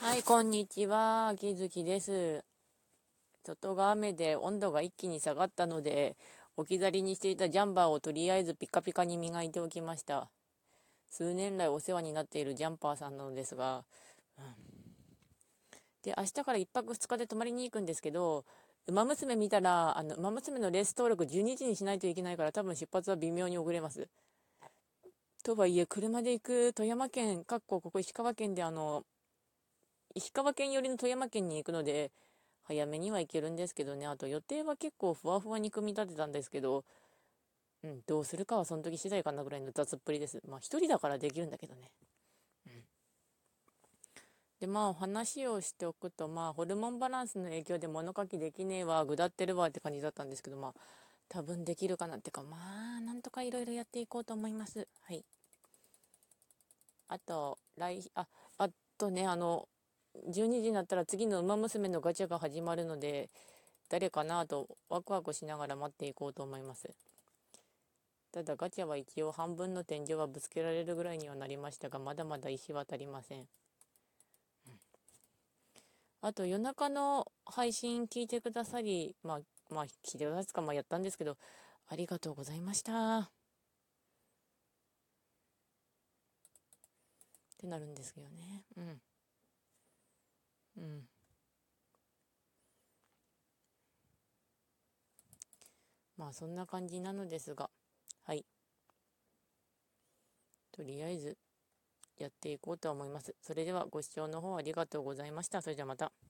はい、こんにちは。秋月です。外が雨で温度が一気に下がったので、置き去りにしていたジャンバーをとりあえずピカピカに磨いておきました。数年来お世話になっているジャンパーさんなのですが、で、明日から1泊2日で泊まりに行くんですけど、馬娘見たら、馬娘のレース登録12時にしないといけないから多分出発は微妙に遅れます。とはいえ、車で行く富山県、ここ石川県で石川県寄りの富山県に行くので、早めには行けるんですけどね。あと予定は結構ふわふわに組み立てたんですけど、どうするかはその時次第かなぐらいの雑っぷりです。まあ一人だからできるんだけどね。で、まあ話をしておくと、まあホルモンバランスの影響で物書きできねえわ、ぐだってるわって感じだったんですけど、まあ多分できるかなってか、まあなんとかいろいろやっていこうと思います。はい。あと、あとね、12時になったら次の馬娘のガチャが始まるので、誰かなとワクワクしながら待っていこうと思います。ただガチャは一応半分の天井はぶつけられるぐらいにはなりましたが、まだまだ石は足りません。あと夜中の配信聞いてくださり、聞いてくださいつか、やったんですけど、ありがとうございましたってなるんですけどね。うん。まあそんな感じなのですが、はい。とりあえずやっていこうと思います。それではご視聴の方ありがとうございました。それではまた。